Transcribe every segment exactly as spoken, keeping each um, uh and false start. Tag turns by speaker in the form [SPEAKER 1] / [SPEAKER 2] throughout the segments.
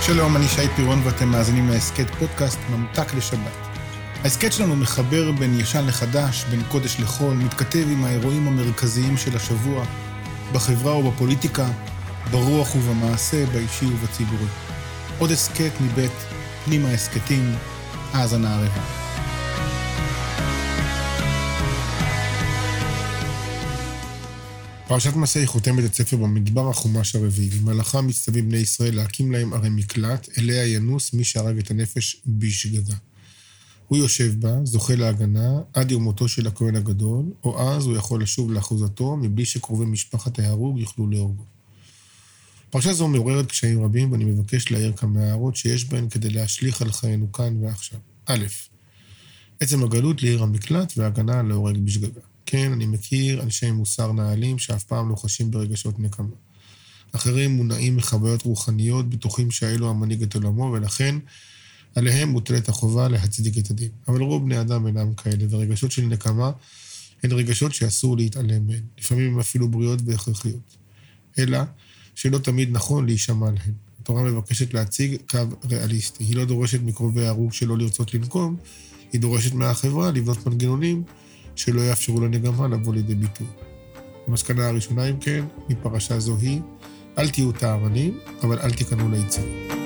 [SPEAKER 1] שלום, אני שי פירון ואתם מאזינים להסקט פודקאסט ממתק לשבת. ההסקט שלנו מחבר בין ישן לחדש, בין קודש לחול, מתכתב עם האירועים המרכזיים של השבוע, בחברה ובפוליטיקה, ברוח ובמעשה, באישי ובציבורי. עוד הסקט מבית פנימה הסקטים, האזנה הרבה. פרשת מסעי חותמת את ספר במדבר החומש הרביעי. במהלכה מצטווים בני ישראל להקים להם ערי מקלט, אליה ינוס מי שהרג את הנפש בשגגה. הוא יושב בה, זוכה להגנה, עד יום מותו של הכהן הגדול, או אז הוא יכול לשוב לאחוזתו, מבלי שקרובי משפחת ההרוג יוכלו להורגו. פרשה זו מעוררת קשיים רבים, ואני מבקש להעיר כמה הערות שיש בהן כדי להשליך על חיינו כאן ועכשיו. א', עצם הגלות לעיר המקלט והגנה להורג בשגגה. כן, אני מכיר אנשי מוסר נעלים שאף פעם לא חשים ברגשות נקמה. אחרים מונעים מחוויות רוחניות, בטוחים שהאלו המנהיג את עולמו, ולכן עליהם מוטלת החובה להצדיק את הדין. אבל רוב בני אדם אינם כאלה, ורגשות של נקמה הן רגשות שאסור להתעלם מהן. לפעמים הן אפילו בריאות והכרחיות. אלא שלא תמיד נכון להישמע להן. התורה מבקשת להציג קו ריאליסטי. היא לא דורשת מקרובי ההרוג שלא לרצות לנקום, היא דורשת מהחברה לבנות מנגנונים שלא יאפשרו לנקמה לבוא לידי ביטוי. המסקנה הראשונה, אם כן, מפרשה זו היא, אל תהיו טהרנים, אבל אל תיכנעו ליצר.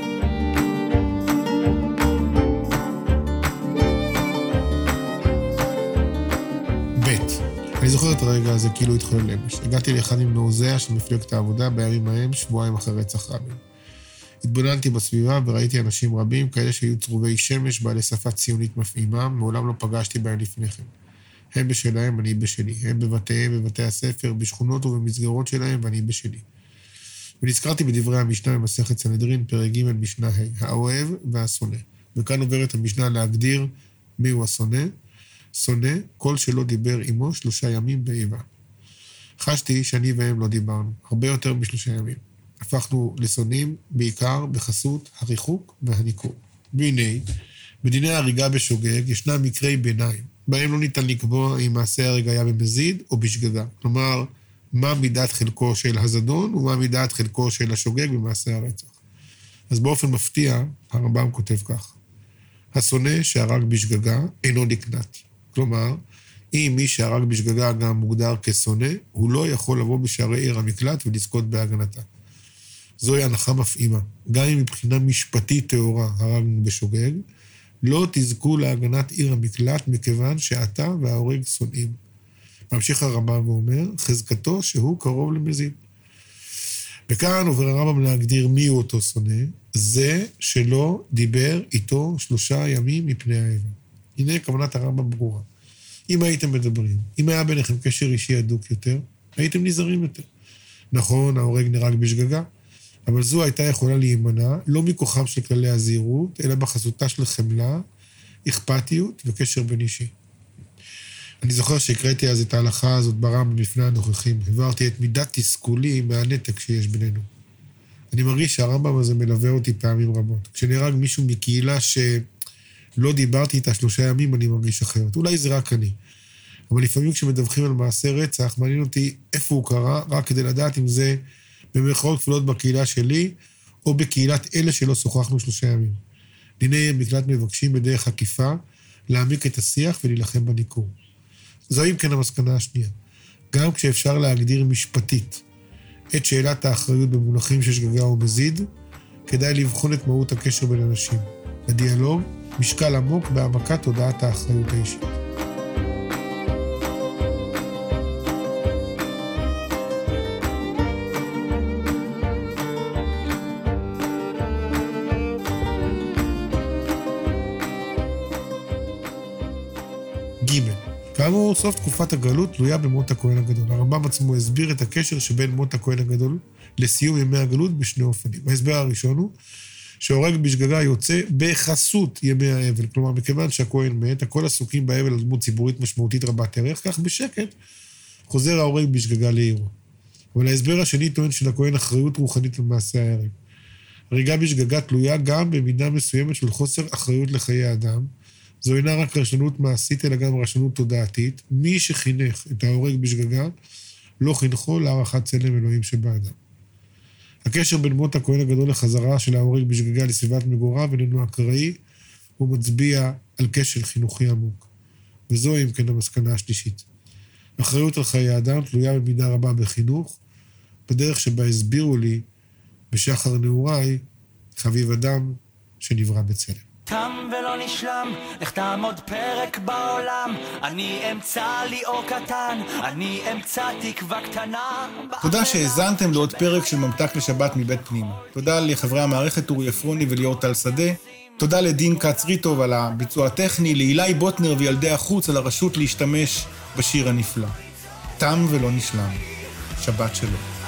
[SPEAKER 1] ב' אני זוכר את הרגע הזה כאילו התחולל אמש. הגעתי לאחד עם נעוזיה של מפלגת העבודה בימים ההם, שבועיים אחרי רצח רבין. התבוננתי בסביבה וראיתי אנשים רבים, כאלה שהיו צרובי שמש, בעלי שפה ציונית מפעימה, מעולם לא פגשתי בהם לפני כן. הם בשלהם, אני בשלי. הם בבתיהם, בבתי הספר, בשכונות ובמסגרות שלהם, ואני בשלי. ונזכרתי בדברי המשנה במסכת סנהדרין, פרק ג' משנה ה', האוהב והשונא. וכאן עוברת המשנה להגדיר מיהו השונא. שונא, כל שלא דיבר עמו שלושה ימים באיבה. חשתי שאני והם לא דיברנו, הרבה יותר משלושה ימים. הפכנו לשונאים בעיקר בחסות הריחוק והניכור. והנה, בדיני ההריגה בשוגג ישנם מקרי ביניים. בהם לא ניתן לקבוע אם מעשה ההרג היה במזיד או בשגגה. כלומר, מה מידת חלקו של הזדון ומה מידת חלקו של השוגג במעשה הרצח. אז באופן מפתיע, הרמב"ם כותב כך. השונא שהרג בשגגה אינו נקנט. כלומר, אם מי שהרג בשגגה גם מוגדר כשונא, הוא לא יכול לבוא בשערי עיר המקלט ולזכות בהגנתה. זוהי הנחה מפעימה. גם אם מבחינה משפטית טהורה הרגנו בשוגג, לא תזכו להגנת עיר המקלט מכיוון שאתה וההורג שונאים. ממשיך הרמב"ם ואומר, חזקתו שהוא קרוב למזיד. וכאן עובר הרמב"ם להגדיר מי הוא אותו שונא, זה שלא דיבר איתו שלושה ימים מפני האיבה. הנה כוונת הרמב"ם ברורה. אם הייתם מדברים, אם היה ביניכם קשר אישי הדוק יותר, הייתם נזהרים יותר. נכון, ההורג נהרג בשגגה, אבל זו הייתה יכולה להימנע, לא מכוחם של כללי הזהירות, אלא בחסותה של חמלה, אכפתיות וקשר בין אישי. אני זוכר שהקראתי אז את ההלכה הזאת ברמב"ם בפני הנוכחים, הבהרתי את מידת תסכולי מהנתק שיש בינינו. אני מרגיש שהרמב"ם הזה מלווה אותי פעמים רבות. כשנהרג מישהו מקהילה שלא דיברתי איתה שלושה ימים, אני מרגיש אחרת. אולי זה רק אני. אבל לפעמים כשמדווחים על מעשה רצח, מעניין אותי איפה הוא קרה, רק כדי לדעת אם זה במרכאות כפולות בקהילה שלי, או בקהילת אלה שלא שוחחנו שלושה ימים. דיני מקלט מבקשים בדרך עקיפה, להעמיק את השיח ולהילחם בניכור. זו אם כן המסקנה השנייה. גם כשאפשר להגדיר משפטית את שאלת האחריות במונחים של שגגה או מזיד, כדאי לבחון את מהות הקשר בין אנשים. בדיאלוג, משקל עמוק בהעמקת תודעת האחריות האישית. כאמור, סוף תקופת הגלות תלויה במות הכהן הגדול. הרמב"ם עצמו הסביר את הקשר שבין מות הכהן הגדול לסיום ימי הגלות בשני אופנים. ההסבר הראשון הוא שההורג בשגגה יוצא בחסות ימי האבל. כלומר, מכיוון שהכהן מת, הכל עסוקים באבל על דמות ציבורית משמעותית רבת ערך, כך בשקט חוזר ההורג בשגגה לעירו. אבל ההסבר השני טוען שלכהן אחריות רוחנית למעשה ההרג. הריגה בשגגה תלויה גם במידה מסוימת של חוסר אחריות לחיי האדם, זו אינה רק רשלנות מעשית, אלא גם רשלנות תודעתית. מי שחינך את ההורג בשגגה, לא חינכו להערכת צלם אלוהים שבאדם. הקשר בין מות הכהן הגדול לחזרה של ההורג בשגגה לסביבת מגוריו איננו אקראי, הוא מצביע על כשל חינוכי עמוק. וזוהי אם כן המסקנה השלישית. האחריות על חיי האדם תלויה במידה רבה בחינוך, בדרך שבה הסבירו לי בשחר נעוריי חביב אדם שנברא בצלם.
[SPEAKER 2] תם ולא נשלם, לך תעמוד פרק בעולם, אני אמצא לי אור קטן, אני אמצא תקווה קטנה.
[SPEAKER 3] תודה שהזנתם לעוד פרק של ממתק לשבת מבית פנימה. תודה לחברי המערכת אורי אפרוני וליאור טל שדה. תודה לדין קץ ריטוב על הביצוע הטכני, לאילי בוטנר וילדי החוץ על הרשות להשתמש בשיר הנפלא. תם ולא נשלם. שבת שלום.